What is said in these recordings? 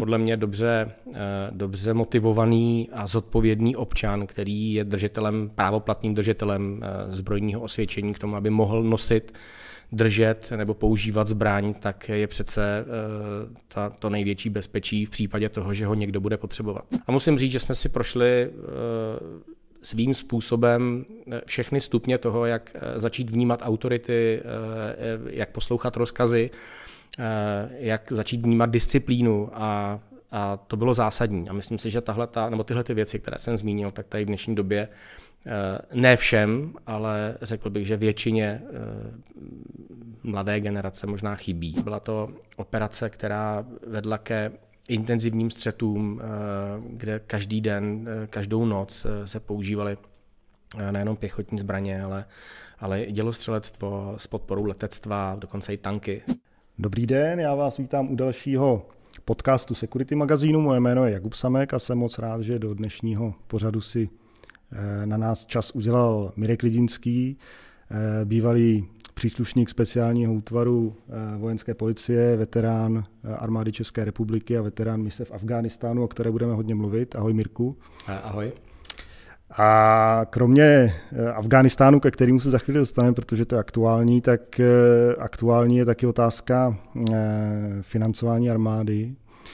podle mě dobře motivovaný a zodpovědný občan, který je právoplatným držitelem zbrojního osvědčení k tomu, aby mohl nosit, držet nebo používat zbraň, tak je přece to největší bezpečí v případě toho, že ho někdo bude potřebovat. A musím říct, že jsme si prošli svým způsobem všechny stupně toho, jak začít vnímat autority, jak poslouchat rozkazy, jak začít vnímat disciplínu a to bylo zásadní. A myslím si, že tyhle ty věci, které jsem zmínil, tak tady v dnešní době ne všem, ale řekl bych, že většině mladé generace možná chybí. Byla to operace, která vedla ke intenzivním střetům, kde každý den, každou noc se používaly nejenom pěchotní zbraně, ale i dělostřelectvo s podporou letectva, dokonce i tanky. Dobrý den, já vás vítám u dalšího podcastu Security magazínu. Moje jméno je Jakub Samek a jsem moc rád, že do dnešního pořadu si na nás čas udělal Mirek Lidinský, bývalý příslušník speciálního útvaru vojenské policie, veterán armády České republiky a veterán mise v Afghánistánu, o které budeme hodně mluvit. Ahoj Mirku. Ahoj. A kromě Afghánistánu, ke kterému se za chvíli dostaneme, protože to je aktuální, tak aktuální je taky otázka financování armády.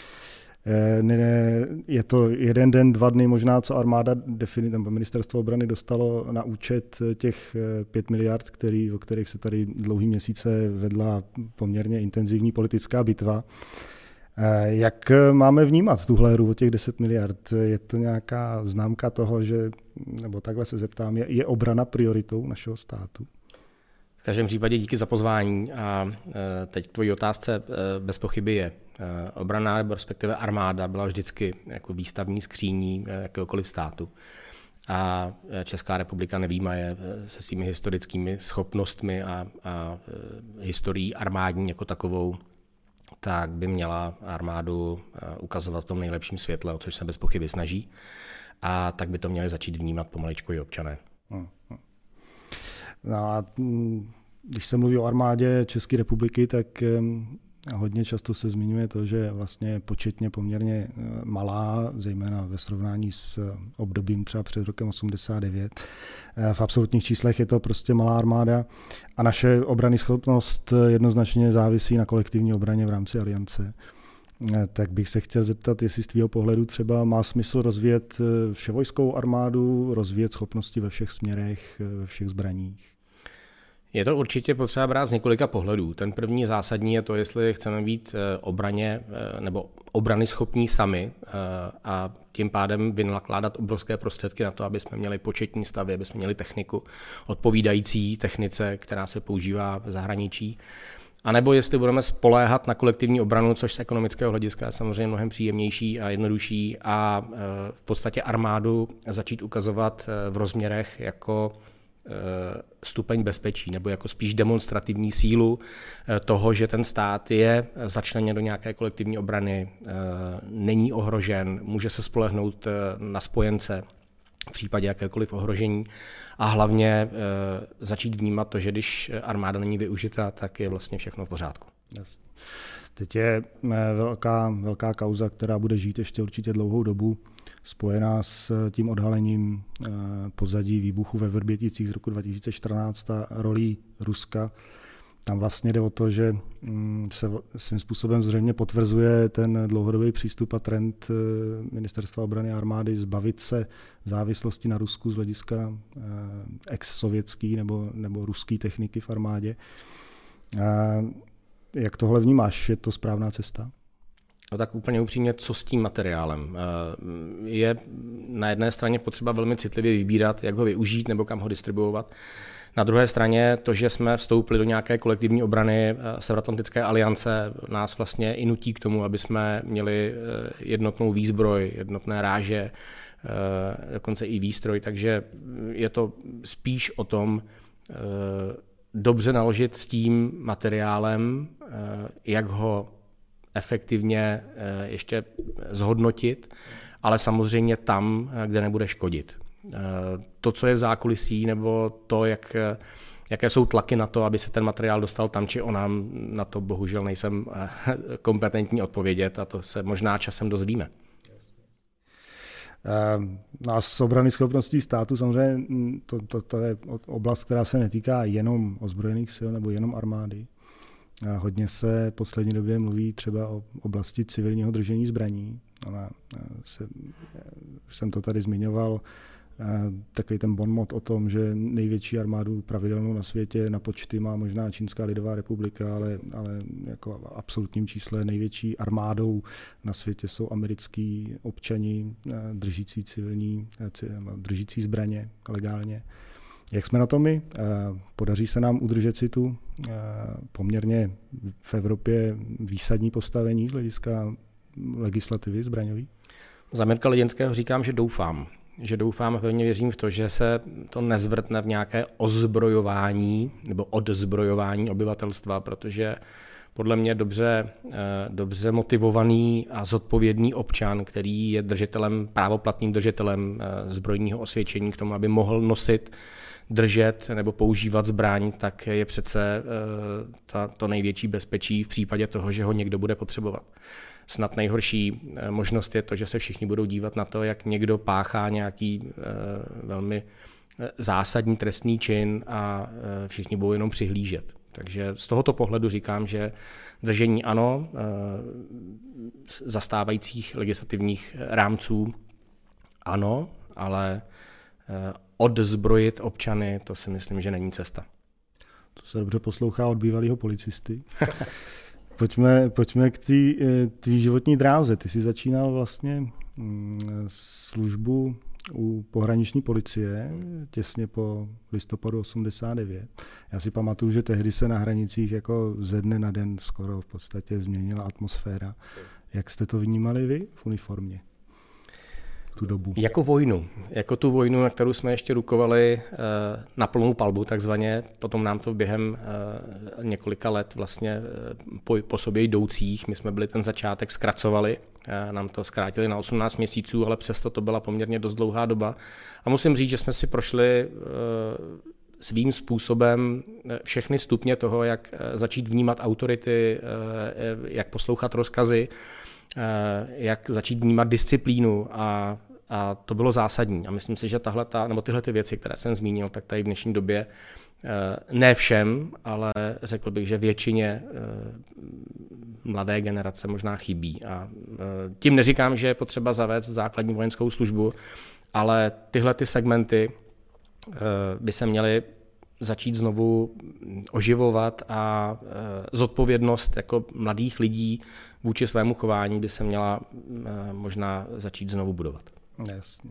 Je to 1 den, 2 dny možná, co armáda nebo ministerstvo obrany dostalo na účet těch 5 miliard, o kterých se tady dlouhý měsíce vedla poměrně intenzivní politická bitva. Jak máme vnímat tuhle hru o těch 10 miliard? Je to nějaká známka toho, že, nebo takhle se zeptám, je obrana prioritou našeho státu? V každém případě díky za pozvání a teď k tvojí otázce bez pochyby je. Obrana nebo respektive armáda byla vždycky jako výstavní skříní jakéhokoliv státu. A Česká republika nevyjímaje se svými historickými schopnostmi a historií armádní jako takovou, tak by měla armádu ukazovat v tom nejlepším světle, o což se bez pochyby snaží. A tak by to měli začít vnímat pomaličku i občané. No a když se mluví o armádě České republiky, tak hodně často se zmiňuje to, že vlastně početně poměrně malá, zejména ve srovnání s obdobím třeba před rokem 89. V absolutních číslech je to prostě malá armáda a naše obranná schopnost jednoznačně závisí na kolektivní obraně v rámci aliance. Tak bych se chtěl zeptat, jestli z tvýho pohledu třeba má smysl rozvíjet vševojskou armádu, rozvíjet schopnosti ve všech směrech, ve všech zbraních. Je to určitě potřeba brát z několika pohledů. Ten první zásadní je to, jestli chceme být obrany schopní sami a tím pádem vynakládat obrovské prostředky na to, aby jsme měli početní stavy, aby jsme měli techniku odpovídající technice, která se používá v zahraničí. A nebo jestli budeme spoléhat na kolektivní obranu, což z ekonomického hlediska je samozřejmě mnohem příjemnější a jednodušší a v podstatě armádu začít ukazovat v rozměrech jako stupeň bezpečí nebo jako spíš demonstrativní sílu toho, že ten stát je začleněn do nějaké kolektivní obrany, není ohrožen, může se spolehnout na spojence v případě jakékoliv ohrožení a hlavně začít vnímat to, že když armáda není využita, tak je vlastně všechno v pořádku. Jasně. Teď je velká kauza, která bude žít ještě určitě dlouhou dobu, spojená s tím odhalením pozadí výbuchu ve Vrběticích z roku 2014 a rolí Ruska. Tam vlastně jde o to, že se svým způsobem zřejmě potvrzuje ten dlouhodobý přístup a trend Ministerstva obrany a armády zbavit se závislosti na Rusku z hlediska ex-sovětský nebo ruský techniky v armádě. Jak tohle vnímáš? Je to správná cesta? No tak úplně upřímně, co s tím materiálem? Je na jedné straně potřeba velmi citlivě vybírat, jak ho využít nebo kam ho distribuovat. Na druhé straně to, že jsme vstoupili do nějaké kolektivní obrany Severoatlantické aliance, nás vlastně i nutí k tomu, aby jsme měli jednotnou výzbroj, jednotné ráže, dokonce i výstroj, takže je to spíš o tom dobře naložit s tím materiálem, jak ho efektivně ještě zhodnotit, ale samozřejmě tam, kde nebude škodit. To, co je v zákulisí, nebo to, jak jaké jsou tlaky na to, aby se ten materiál dostal tam či onam, na to bohužel nejsem kompetentní odpovědět a to se možná časem dozvíme. A z obrany schopností státu samozřejmě to je oblast, která se netýká jenom ozbrojených sil nebo jenom armády. Hodně se v poslední době mluví třeba o oblasti civilního držení zbraní. Už jsem to tady zmiňoval, takový ten bonmot o tom, že největší armádu pravidelnou na světě na počty má možná Čínská lidová republika, ale jako absolutním čísle největší armádou na světě jsou americký občani držící zbraně legálně. Jak jsme na tom my? Podaří se nám udržet si tu poměrně v Evropě výsadní postavení z hlediska legislativy zbraňový? Za Mirka Liděnského říkám, že doufám a pevně věřím v to, že se to nezvrtne v nějaké ozbrojování nebo odzbrojování obyvatelstva, protože podle mě dobře motivovaný a zodpovědný občan, který je právoplatným držitelem zbrojního osvědčení k tomu, aby mohl nosit, držet nebo používat zbraň, tak je přece to největší bezpečí v případě toho, že ho někdo bude potřebovat. Snad nejhorší možnost je to, že se všichni budou dívat na to, jak někdo páchá nějaký velmi zásadní trestný čin a všichni budou jenom přihlížet. Takže z tohoto pohledu říkám, že držení ano, zastávajících legislativních rámců ano, ale odzbrojit občany, to si myslím, že není cesta. To se dobře poslouchá od bývalého policisty. Pojďme k tvý životní dráze. Ty jsi začínal vlastně službu u pohraniční policie těsně po listopadu 89. Já si pamatuju, že tehdy se na hranicích jako ze dne na den skoro v podstatě změnila atmosféra. Jak jste to vnímali vy v uniformě? Tu dobu. Jako tu vojnu, na kterou jsme ještě rukovali na plnou palbu takzvaně, potom nám to během několika let vlastně po sobě jdoucích, my jsme byli ten začátek zkracovali, nám to zkrátili na 18 měsíců, ale přesto to byla poměrně dost dlouhá doba. A musím říct, že jsme si prošli svým způsobem všechny stupně toho, jak začít vnímat autority, jak poslouchat rozkazy, jak začít vnímat disciplínu a to bylo zásadní. A myslím si, že tyhle ty věci, které jsem zmínil, tak tady v dnešní době ne všem, ale řekl bych, že většině mladé generace možná chybí. A tím neříkám, že je potřeba zavést základní vojenskou službu, ale tyhle ty segmenty by se měly začít znovu oživovat a zodpovědnost jako mladých lidí vůči svému chování by se měla možná začít znovu budovat. Jasně.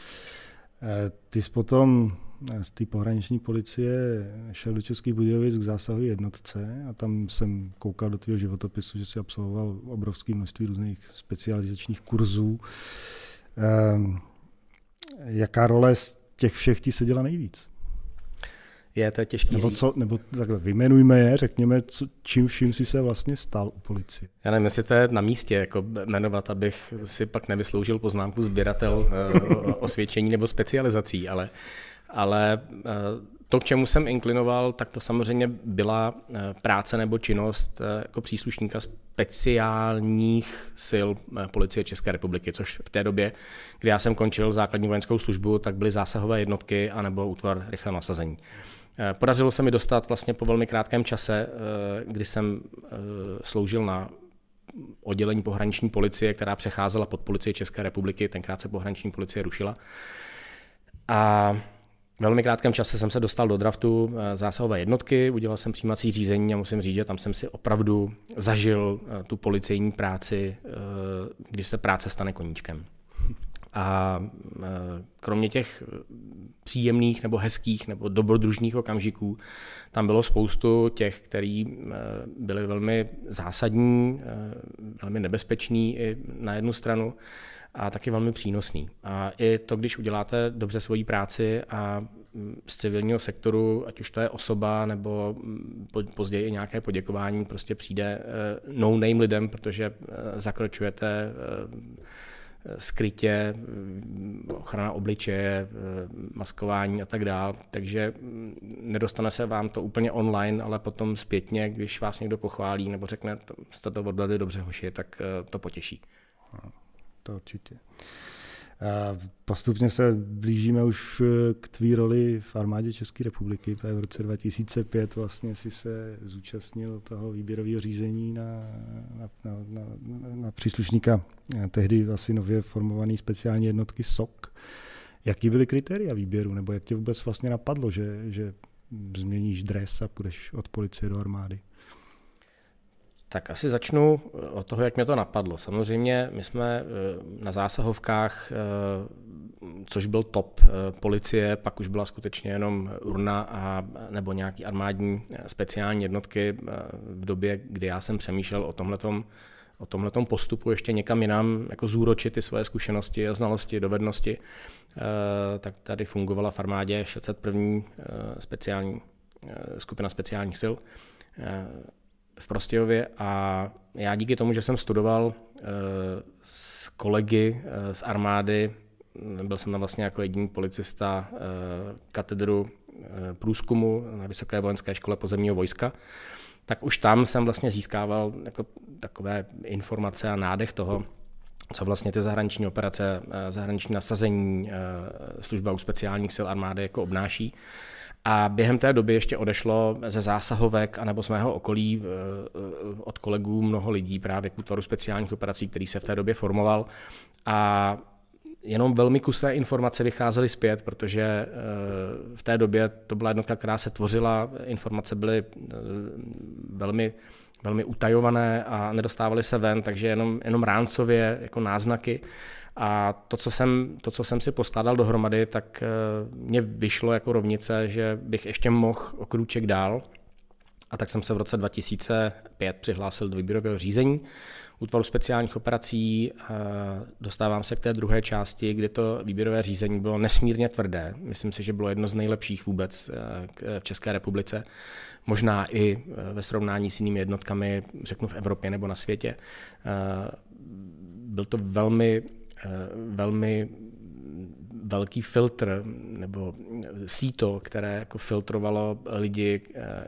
Ty jsi potom z té pohraniční policie šel do Českých Budějovic k zásahové jednotce a tam jsem koukal do tvého životopisu, že jsi absolvoval obrovské množství různých specializačních kurzů. Jaká role z těch všech ti seděla nejvíc? To je těžký říct. Nebo takhle, vyjmenujme je, řekněme, čím vším si se vlastně stal u policie. Já nevím, jestli to je na místě jako jmenovat, abych si pak nevysloužil poznámku sběratel osvědčení nebo specializací, ale to, k čemu jsem inklinoval, tak to samozřejmě byla práce nebo činnost jako příslušníka speciálních sil Policie České republiky, což v té době, kdy já jsem končil základní vojenskou službu, tak byly zásahové jednotky anebo útvar rychlého nasazení. Podařilo se mi dostat vlastně po velmi krátkém čase, kdy jsem sloužil na oddělení pohraniční policie, která přecházela pod Policii České republiky, tenkrát se pohraniční policie rušila. A v velmi krátkém čase jsem se dostal do draftu zásahové jednotky, udělal jsem přijímací řízení a musím říct, že tam jsem si opravdu zažil tu policejní práci, když se práce stane koníčkem. A kromě těch příjemných nebo hezkých nebo dobrodružných okamžiků, tam bylo spoustu těch, který byli velmi zásadní, velmi nebezpeční i na jednu stranu a taky velmi přínosný. A i to, když uděláte dobře svoji práci a z civilního sektoru, ať už to je osoba nebo později i nějaké poděkování, prostě přijde no-name lidem, protože zakročujete skrytě, ochrana obličeje, maskování a tak dál. Takže nedostane se vám to úplně online, ale potom zpětně, když vás někdo pochválí nebo řekne, jste to odvedli dobře, hoši, tak to potěší. To určitě. Postupně se blížíme už k tvý roli v armádě České republiky. V roce 2005 vlastně si se zúčastnil toho výběrového řízení na příslušníka tehdy asi nově formované speciální jednotky SOK. Jaký byly kritéria výběru, nebo jak tě vůbec vlastně napadlo, že změníš dres a půjdeš od policie do armády? Tak asi začnu od toho, jak mě to napadlo. Samozřejmě my jsme na zásahovkách, což byl top policie, pak už byla skutečně jenom urna nebo nějaký armádní speciální jednotky v době, kdy já jsem přemýšlel o tomhletom postupu ještě někam jinam, jako zúročit ty svoje zkušenosti a znalosti, dovednosti, tak tady fungovala v armádě 601. Skupina speciálních sil v Prostějově a já díky tomu, že jsem studoval s kolegy z armády, byl jsem tam vlastně jako jediný policista katedru průzkumu na Vysoké vojenské škole pozemního vojska, tak už tam jsem vlastně získával jako takové informace a nádech toho, co vlastně ty zahraniční operace, zahraniční nasazení, služba u speciálních sil armády jako obnáší. A během té doby ještě odešlo ze zásahovek anebo z mého okolí od kolegů mnoho lidí právě k útvaru speciálních operací, který se v té době formoval. A jenom velmi kusé informace vycházely zpět, protože v té době to byla jednotka, která se tvořila, informace byly velmi, velmi utajované a nedostávaly se ven, takže jenom rámcově jako náznaky. A to, co jsem si poskládal dohromady, tak mě vyšlo jako rovnice, že bych ještě mohl o krůček dál. A tak jsem se v roce 2005 přihlásil do výběrového řízení útvaru speciálních operací. Dostávám se k té druhé části, kdy to výběrové řízení bylo nesmírně tvrdé. Myslím si, že bylo jedno z nejlepších vůbec v České republice. Možná i ve srovnání s jinými jednotkami, řeknu v Evropě nebo na světě. Byl to velmi velký filtr nebo síto, které jako filtrovalo lidi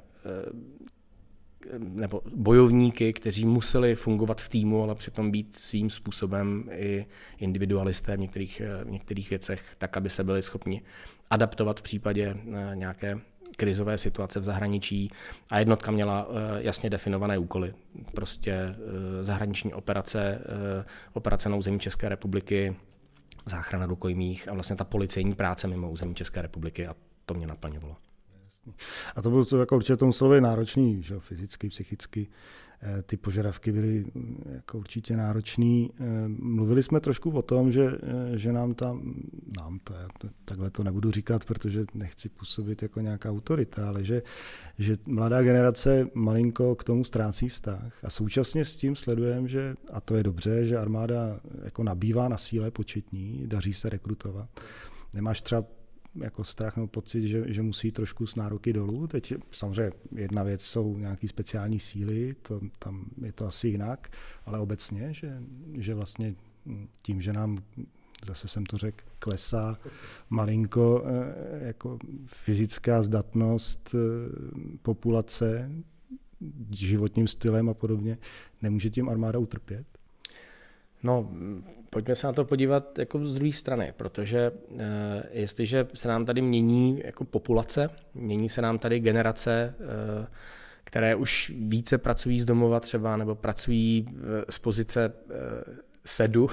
nebo bojovníky, kteří museli fungovat v týmu, ale přitom být svým způsobem i individualisté v některých věcech, tak, aby se byli schopni adaptovat v případě nějaké krizové situace v zahraničí a jednotka měla jasně definované úkoly. Prostě zahraniční operace na území České republiky, záchrana rukojmích a vlastně ta policejní práce mimo území České republiky a to mě naplňovalo. A to bylo to jako určitě tomu slově náročný, že fyzicky, psychicky. Ty požadavky byly jako určitě náročný. Mluvili jsme trošku o tom, že takhle to nebudu říkat, protože nechci působit jako nějaká autorita, ale že mladá generace malinko k tomu ztrácí vztah. A současně s tím sledujeme, a to je dobře, že armáda jako nabývá na síle početní, daří se rekrutovat. Nemáš třeba jako strach nebo pocit, že musí trošku s nároky dolů. Teď samozřejmě jedna věc jsou nějaké speciální síly, tam je to asi jinak, ale obecně, že vlastně tím, že nám, zase jsem to řekl, klesá malinko jako fyzická zdatnost populace, životním stylem a podobně, nemůže tím armáda utrpět? No, pojďme se na to podívat jako z druhé strany, protože jestliže se nám tady mění jako populace, mění se nám tady generace, které už více pracují z domova třeba, nebo pracují z pozice sedu,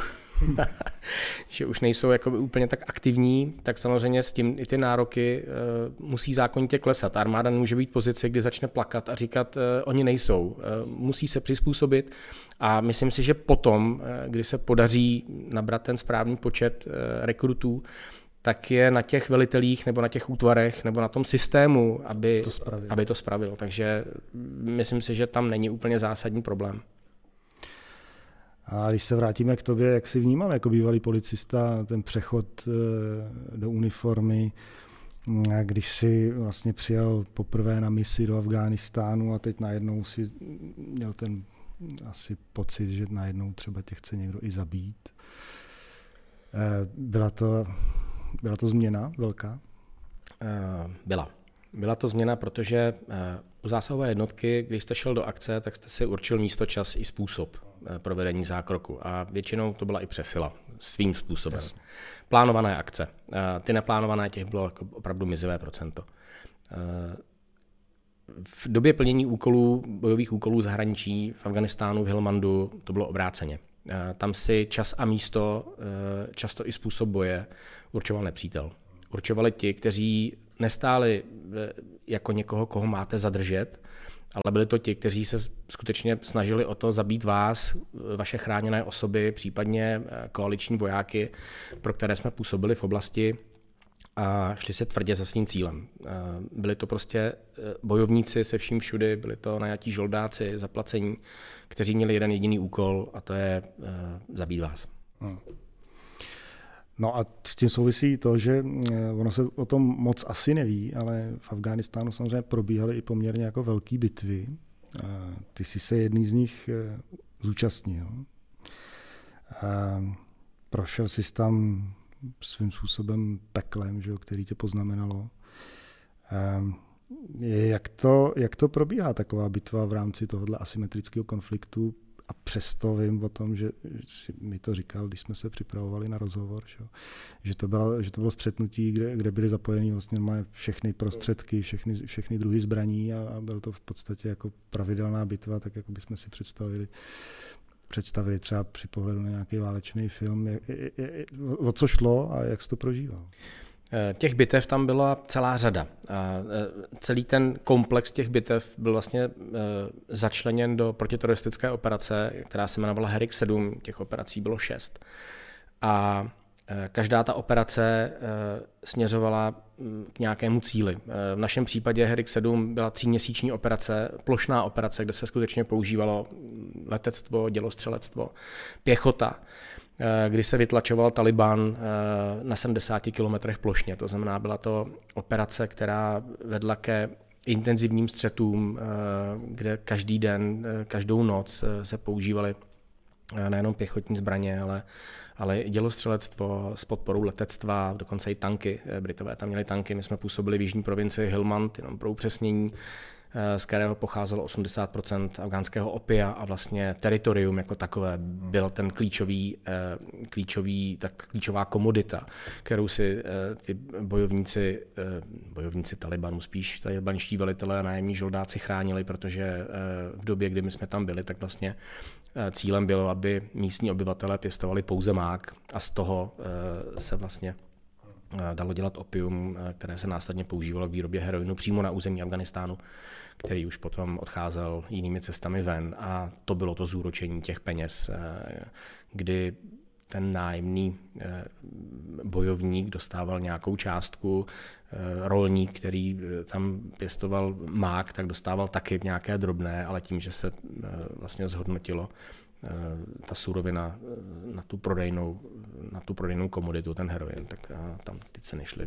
že už nejsou jako úplně tak aktivní, tak samozřejmě s tím i ty nároky musí zákonitě klesat. Armáda nemůže být v pozici, kdy začne plakat a říkat, oni nejsou. Musí se přizpůsobit a myslím si, že potom, kdy se podaří nabrat ten správný počet rekrutů, tak je na těch velitelích nebo na těch útvarech nebo na tom systému, aby to spravil. Takže myslím si, že tam není úplně zásadní problém. A když se vrátíme k tobě, jak jsi vnímal jako bývalý policista ten přechod do uniformy, když jsi vlastně přijel poprvé na misi do Afghánistánu a teď najednou si měl ten asi pocit, že najednou třeba tě chce někdo i zabít. Byla to změna velká? Byla to změna, protože u zásahové jednotky, když jste šel do akce, tak jste si určil místo, čas i způsob provedení zákroku. A většinou to byla i přesila svým způsobem. Yes. Plánované akce. Ty neplánované, těch bylo opravdu mizivé procento. V době plnění bojových úkolů zahraničí v Afghánistánu, v Helmandu, to bylo obráceně. Tam si čas a místo, často i způsob boje určoval nepřítel. Určovali ti, kteří nestáli jako někoho, koho máte zadržet, ale byli to ti, kteří se skutečně snažili o to zabít vás, vaše chráněné osoby, případně koaliční vojáky, pro které jsme působili v oblasti, a šli se tvrdě za svým cílem. Byli to prostě bojovníci se vším všudy, byli to najatí žoldáci, zaplacení, kteří měli jeden jediný úkol, a to je zabít vás. No a s tím souvisí to, že ono se o tom moc asi neví, ale v Afghánistánu samozřejmě probíhaly i poměrně jako velké bitvy. Ty jsi se jedný z nich zúčastnil. Prošel jsi tam svým způsobem peklem, že jo, který tě poznamenalo. Jak to probíhá taková bitva v rámci tohohle asymetrického konfliktu? A přesto vím o tom, že mi to říkal, když jsme se připravovali na rozhovor, že to bylo střetnutí, kde byly zapojeny vlastně všechny prostředky, všechny druhy zbraní a bylo to v podstatě jako pravidelná bitva, tak jako bychom si představili třeba při pohledu na nějaký válečný film. O co šlo a jak jsi to prožíval? Těch bitev tam byla celá řada. Celý ten komplex těch bitev byl vlastně začleněn do protiteroristické operace, která se jmenovala Herrick 7, těch operací bylo 6. A každá ta operace směřovala k nějakému cíli. V našem případě Herrick 7 byla 3měsíční operace, plošná operace, kde se skutečně používalo letectvo, dělostřelectvo, pěchota, kdy se vytlačoval Taliban na 70 kilometrech plošně. To znamená, byla to operace, která vedla ke intenzivním střetům, kde každý den, každou noc se používaly nejenom pěchotní zbraně, ale i dělostřelectvo s podporou letectva, dokonce i tanky. Britové tam měli tanky, my jsme působili v jižní provincii Helmand, jenom pro upřesnění, z kterého pocházelo 80% afgánského opia a vlastně teritorium jako takové byl ten klíčová komodita, kterou si ty bojovníci Talibanu, spíš talibanští velitelé a nájemní žoldáci chránili, protože v době, kdy my jsme tam byli, tak vlastně cílem bylo, aby místní obyvatelé pěstovali pouze mák a z toho se vlastně dalo dělat opium, které se následně používalo k výrobě heroinu přímo na území Afghánistánu, který už potom odcházel jinými cestami ven, a to bylo to zúročení těch peněz, kdy ten nájemný bojovník dostával nějakou částku, rolník, který tam pěstoval mák, tak dostával taky nějaké drobné, ale tím, že se vlastně zhodnotilo ta surovina na tu prodejnou komoditu, ten heroin, tak tam ty ceny šly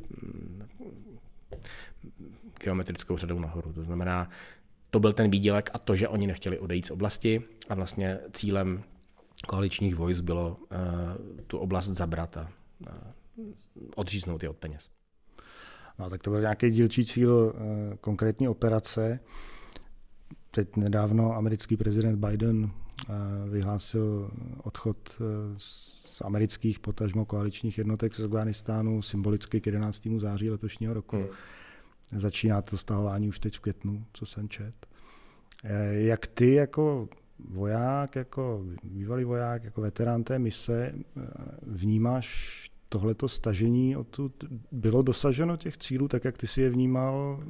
geometrickou řadou nahoru. To znamená, to byl ten výdělek a to, že oni nechtěli odejít z oblasti, a vlastně cílem koaličních vojsk bylo tu oblast zabrat a odříznout je od peněz. No, tak to byl nějaký dílčí cíl konkrétní operace. Teď nedávno americký prezident Biden vyhlásil odchod z amerických, potažmo koaličních jednotek z Afghánistánu symbolicky k 11. září letošního roku. Začíná to stahování už teď v květnu, co jsem čet. Jak ty jako voják, jako bývalý voják, jako veterán té mise, vnímáš tohleto stažení odtud? Bylo dosaženo těch cílů tak, jak ty si je vnímal?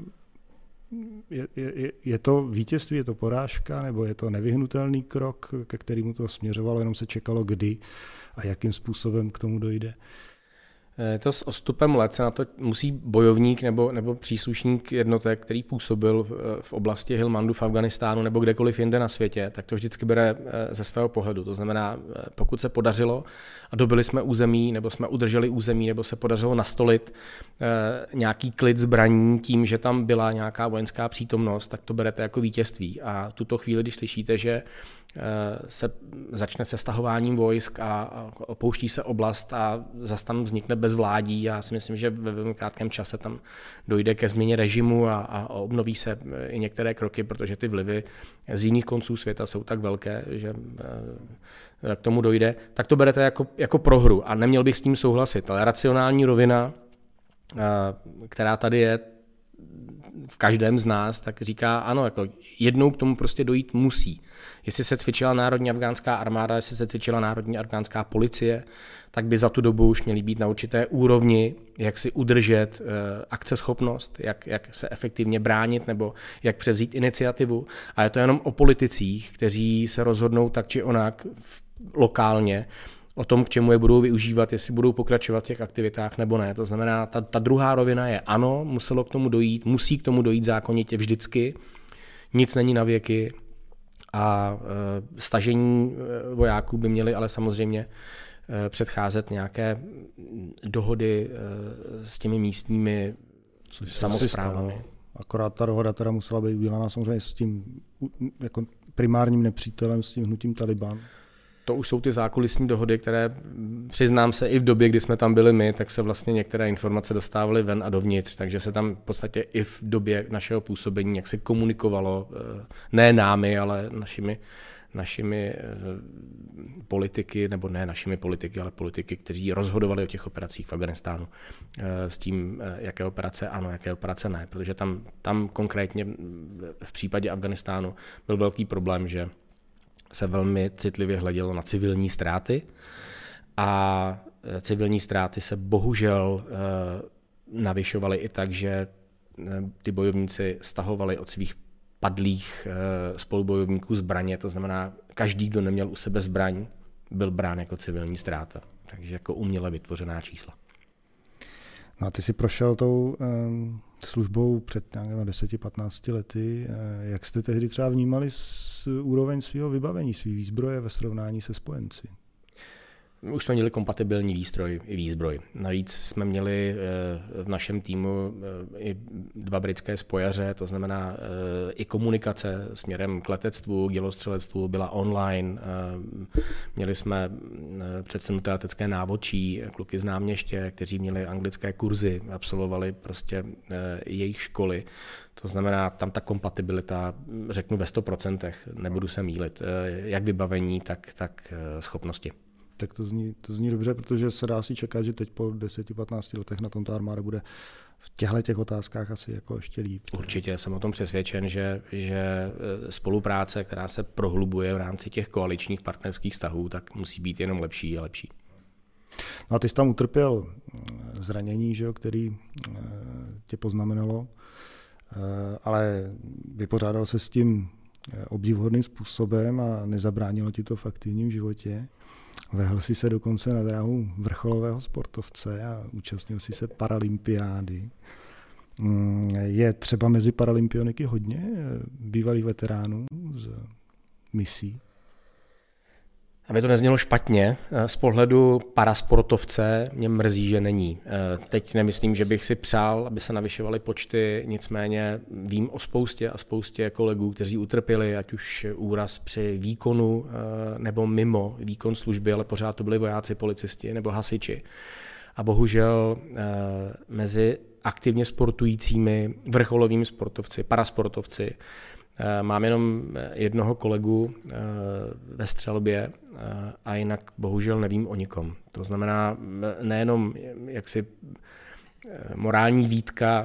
Je to vítězství, je to porážka, nebo je to nevyhnutelný krok, ke kterému to směřovalo, jenom se čekalo kdy a jakým způsobem k tomu dojde? To s odstupem let se na to musí bojovník nebo příslušník jednotek, který působil v oblasti Helmandu v Afghánistánu nebo kdekoliv jinde na světě, tak to vždycky bere ze svého pohledu. To znamená, pokud se podařilo a dobili jsme území, nebo jsme udrželi území, nebo se podařilo nastolit nějaký klid zbraní tím, že tam byla nějaká vojenská přítomnost, tak to berete jako vítězství. A v tuto chvíli, když slyšíte, že se začne se stahováním vojsk a opouští se oblast a zase tam vznikne bezvládí. Já si myslím, že ve velmi krátkém čase tam dojde ke změně režimu a obnoví se i některé kroky, protože ty vlivy z jiných konců světa jsou tak velké, že k tomu dojde. Tak to berete jako prohru a neměl bych s tím souhlasit, ale racionální rovina, která tady je v každém z nás, tak říká ano, jako jednou k tomu prostě dojít musí. Jestli se cvičila národní afgánská armáda, jestli se cvičila národní afgánská policie, tak by za tu dobu už měly být na určité úrovni, jak si udržet akceschopnost, jak se efektivně bránit nebo jak převzít iniciativu. A je to jenom o politicích, kteří se rozhodnou tak či onak lokálně o tom, k čemu je budou využívat, jestli budou pokračovat v těch aktivitách nebo ne. To znamená, ta druhá rovina je ano, muselo k tomu dojít, musí k tomu dojít zákonitě vždycky, nic není na věky a stažení vojáků by měly ale samozřejmě předcházet nějaké dohody s těmi místními samosprávami. Akorát ta dohoda teda musela být udělána samozřejmě s tím jako primárním nepřítelem, s tím hnutím Taliban. To už jsou ty zákulisní dohody, které přiznám se i v době, kdy jsme tam byli my, tak se vlastně některé informace dostávaly ven a dovnitř, takže se tam v podstatě i v době našeho působení jak se komunikovalo, ne námi, ale našimi politiky, nebo ne našimi politiky, ale politiky, kteří rozhodovali o těch operacích v Afghánistánu s tím, jaké operace ano, jaké operace ne, protože tam konkrétně v případě Afghánistánu byl velký problém, že se velmi citlivě hledělo na civilní ztráty a civilní ztráty se bohužel navyšovaly i tak, že ty bojovníci stahovali od svých padlých spolubojovníků zbraně, to znamená, každý, kdo neměl u sebe zbraň, byl brán jako civilní ztráta, takže jako uměle vytvořená čísla. No a ty jsi prošel tou službou před nějakými 10-15 lety. Jak jste tehdy třeba vnímali úroveň svého vybavení, svý výzbroje ve srovnání se spojenci? Už jsme měli kompatibilní výstroj i výzbroj. Navíc jsme měli v našem týmu i 2 britské spojaře, to znamená i komunikace směrem k letectvu, k dělostřelectvu byla online. Měli jsme předsunuté letecké návodčí, kluky z Náměště, kteří měli anglické kurzy, absolvovali prostě jejich školy. To znamená, tam ta kompatibilita, řeknu ve 100%, nebudu se mýlit, jak vybavení, tak schopnosti. Tak to zní dobře, protože se dá si čekat, že teď po 10-15 letech na tom ta armáda bude v těchto otázkách asi jako ještě líp. Určitě jsem o tom přesvědčen, že spolupráce, která se prohlubuje v rámci těch koaličních partnerských vztahů, tak musí být jenom lepší a lepší. No a ty jsi tam utrpěl zranění, že jo, který tě poznamenalo, ale vypořádal se s tím obdivuhodným způsobem a nezabránilo ti to v aktivním životě. Vrhl si se dokonce na dráhu vrcholového sportovce a účastnil si se paralympiády. Je třeba mezi paralympioniky hodně bývalých veteránů z misí? Aby to neznělo špatně, z pohledu parasportovce mě mrzí, že není. Teď nemyslím, že bych si přál, aby se navyšovaly počty, nicméně vím o spoustě kolegů, kteří utrpěli, ať už úraz při výkonu nebo mimo výkon služby, ale pořád to byli vojáci, policisti nebo hasiči. A bohužel mezi aktivně sportujícími, vrcholovými sportovci, parasportovci, mám jenom jednoho kolegu ve střelbě a jinak bohužel nevím o nikom. To znamená nejenom jaksi morální výtka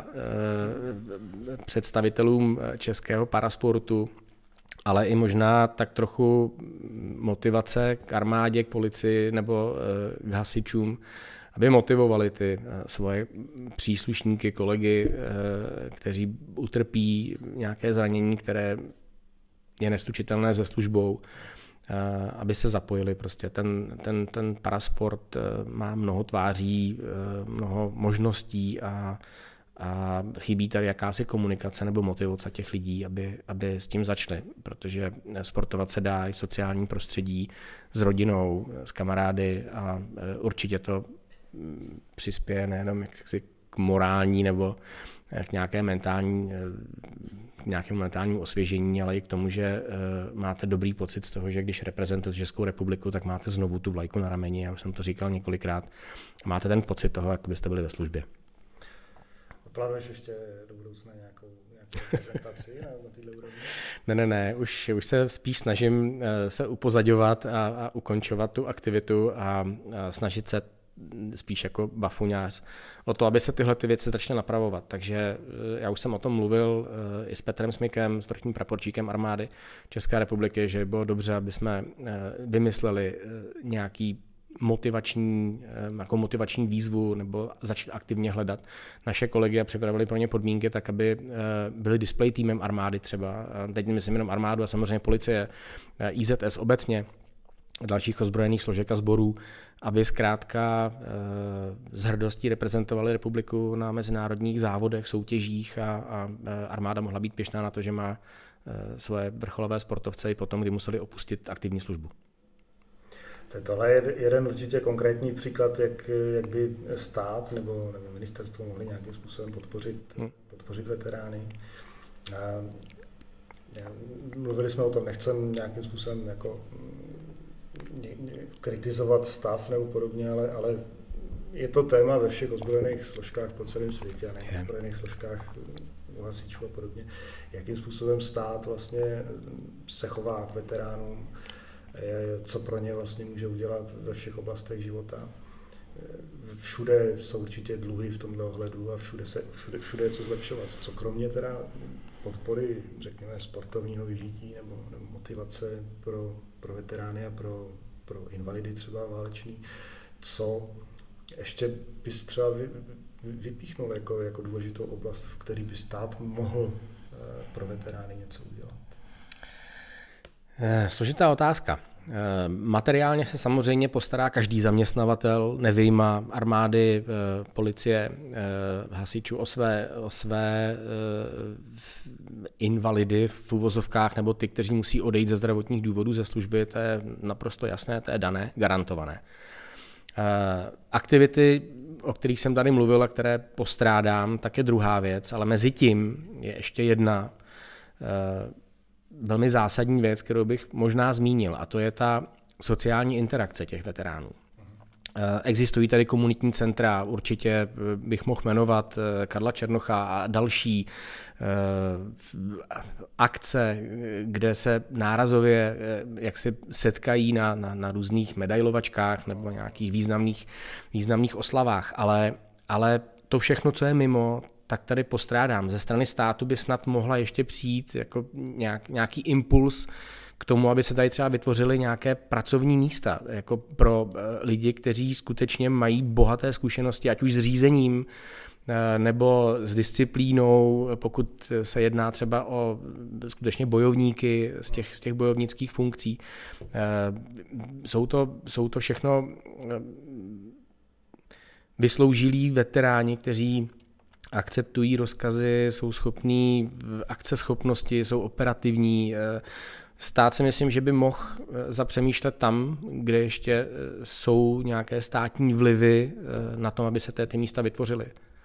představitelům českého parasportu, ale i možná tak trochu motivace k armádě, k policii nebo k hasičům, aby motivovali ty svoje příslušníky, kolegy, kteří utrpí nějaké zranění, které je neslučitelné se službou, aby se zapojili. Prostě ten parasport má mnoho tváří, mnoho možností a chybí tady jakási komunikace nebo motivace těch lidí, aby s tím začali, protože sportovat se dá i v sociálním prostředí, s rodinou, s kamarády a určitě to přispěje nejenom k morální nebo k nějakému mentálnímu osvěžení, ale i k tomu, že máte dobrý pocit z toho, že když reprezentujete Českou republiku, tak máte znovu tu vlajku na rameni, já už jsem to říkal několikrát, máte ten pocit toho, jako byste byli ve službě. Plánuješ ještě do budoucna nějakou reprezentaci na této úrovni? Ne, už se spíš snažím se upozaďovat a ukončovat tu aktivitu a snažit se spíš jako bafuňář o to, aby se tyhle ty věci začaly napravovat. Takže já už jsem o tom mluvil i s Petrem Smykem, s vrchním praporčíkem armády České republiky, že bylo dobře, aby jsme vymysleli nějaký motivační výzvu nebo začali aktivně hledat naše kolegy a připravili pro ně podmínky tak, aby byli display týmem armády třeba. Teď nemyslím jenom armádu a samozřejmě policie, IZS obecně, dalších ozbrojených složek a sborů, aby zkrátka s hrdostí reprezentovali republiku na mezinárodních závodech, soutěžích a armáda mohla být pyšná na to, že má svoje vrcholové sportovce i potom, kdy museli opustit aktivní službu. Tohle je jeden určitě konkrétní příklad, jak by stát nebo ministerstvo mohli nějakým způsobem podpořit veterány. Mluvili jsme o tom, nechcem nějakým způsobem jako kritizovat stav nebo podobně, ale je to téma ve všech ozbrojených složkách po celém světě, a ne v ozbrojených složkách u hasičů a podobně. Jakým způsobem stát vlastně se chová k veteránům, co pro ně vlastně může udělat ve všech oblastech života. Všude jsou určitě dluhy v tomhle ohledu a všude je co zlepšovat. Co kromě teda podpory, řekněme, sportovního vyžití nebo motivace pro veterány a pro invalidy třeba váleční, co ještě bys třeba vypíchnul jako důležitou oblast, v které by stát mohl pro veterány něco udělat? Složitá otázka. Materiálně se samozřejmě postará každý zaměstnavatel, nevyjma armády, policie, hasičů o své invalidy v uvozovkách nebo ty, kteří musí odejít ze zdravotních důvodů ze služby, to je naprosto jasné, to je dané, garantované. Aktivity, o kterých jsem tady mluvil a které postrádám, tak je druhá věc, ale mezi tím je ještě jedna velmi zásadní věc, kterou bych možná zmínil, a to je ta sociální interakce těch veteránů. Existují tady komunitní centra, určitě bych mohl jmenovat Karla Černocha a další akce, kde se nárazově jaksi setkají na různých medailovačkách nebo nějakých významných oslavách, ale to všechno, co je mimo, tak tady postrádám. Ze strany státu by snad mohla ještě přijít jako nějaký impuls k tomu, aby se tady třeba vytvořily nějaké pracovní místa jako pro lidi, kteří skutečně mají bohaté zkušenosti, ať už s řízením nebo s disciplínou, pokud se jedná třeba o skutečně bojovníky z těch bojovnických funkcí. Jsou to všechno vysloužilí veteráni, kteří akceptují rozkazy, jsou schopní akceschopnosti, jsou operativní. Stát si myslím, že by mohl zapřemýšlet tam, kde ještě jsou nějaké státní vlivy na tom, aby se ty místa vytvořily.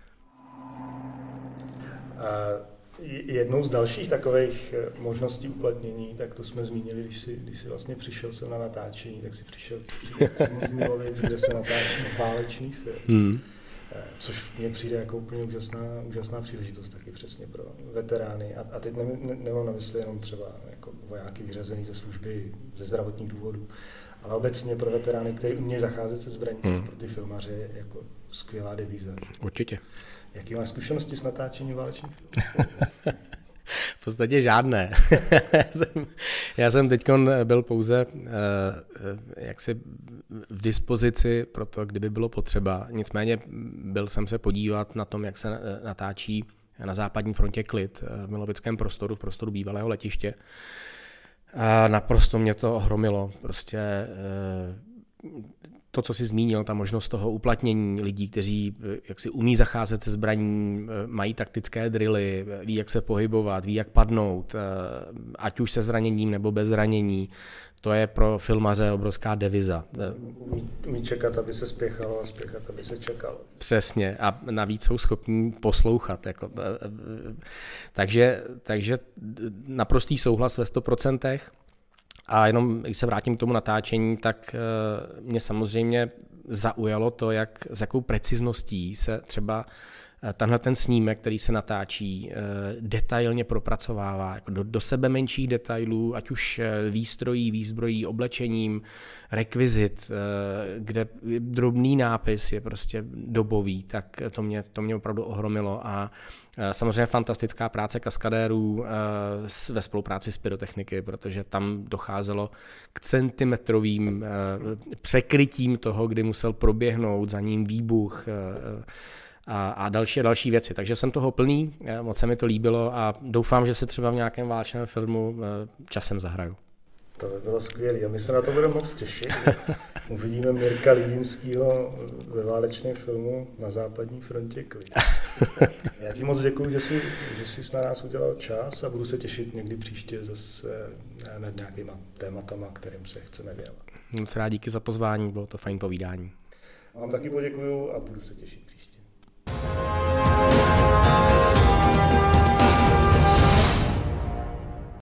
Jednou z dalších takových možností uplatnění, tak to jsme zmínili, když jsi vlastně přišel sem na natáčení, tak si přišel z Milovic, kde se natáčí válečný film. Což mně přijde jako úplně úžasná příležitost taky přesně pro veterány. A teď nemám na mysli jenom třeba jako vojáky vyřazený ze služby ze zdravotních důvodů, ale obecně pro veterány, kteří umějí zacházet se zbraní, což pro ty filmaře je jako skvělá devíza. Určitě. Jaký máš zkušenosti s natáčením válečných filmů? V podstatě žádné. Já jsem teď byl pouze jaksi v dispozici pro to, kdyby bylo potřeba. Nicméně byl jsem se podívat na tom, jak se natáčí na západní frontě Klid v milovickém prostoru, v prostoru bývalého letiště. A naprosto mě to ohromilo. Prostě to, co jsi zmínil, ta možnost toho uplatnění lidí, kteří jak si umí zacházet se zbraní, mají taktické drily, ví, jak se pohybovat, ví, jak padnout, ať už se zraněním nebo bez zranění, to je pro filmaře obrovská deviza. Umí čekat, aby se spěchalo a spěchat, aby se čekalo. Přesně a navíc jsou schopní poslouchat. Takže naprostý souhlas ve 100%. A jenom, když se vrátím k tomu natáčení, tak mě samozřejmě zaujalo to, s jakou precizností se třeba tenhle ten snímek, který se natáčí, detailně propracovává jako do sebe menších detailů, ať už výstrojí, výzbrojí, oblečením, rekvizit, kde drobný nápis je prostě dobový, tak to mě opravdu ohromilo. A samozřejmě fantastická práce kaskadérů ve spolupráci s pyrotechniky, protože tam docházelo k centimetrovým překrytím toho, kdy musel proběhnout, za ním výbuch a další věci. Takže jsem toho plný, moc se mi to líbilo a doufám, že se třeba v nějakém válečném filmu časem zahraju. To by bylo skvělé a my se na to budeme moc těšit. Uvidíme Mirka Lidinského ve válečném filmu Na západní frontě klid. Já ti moc děkuju, že jsi na nás udělal čas a budu se těšit někdy příště zase nad nějakýma tématama, kterým se chceme věnovat. Moc rád, díky za pozvání, bylo to fajn povídání. Vám taky poděkuju a budu se těšit příště.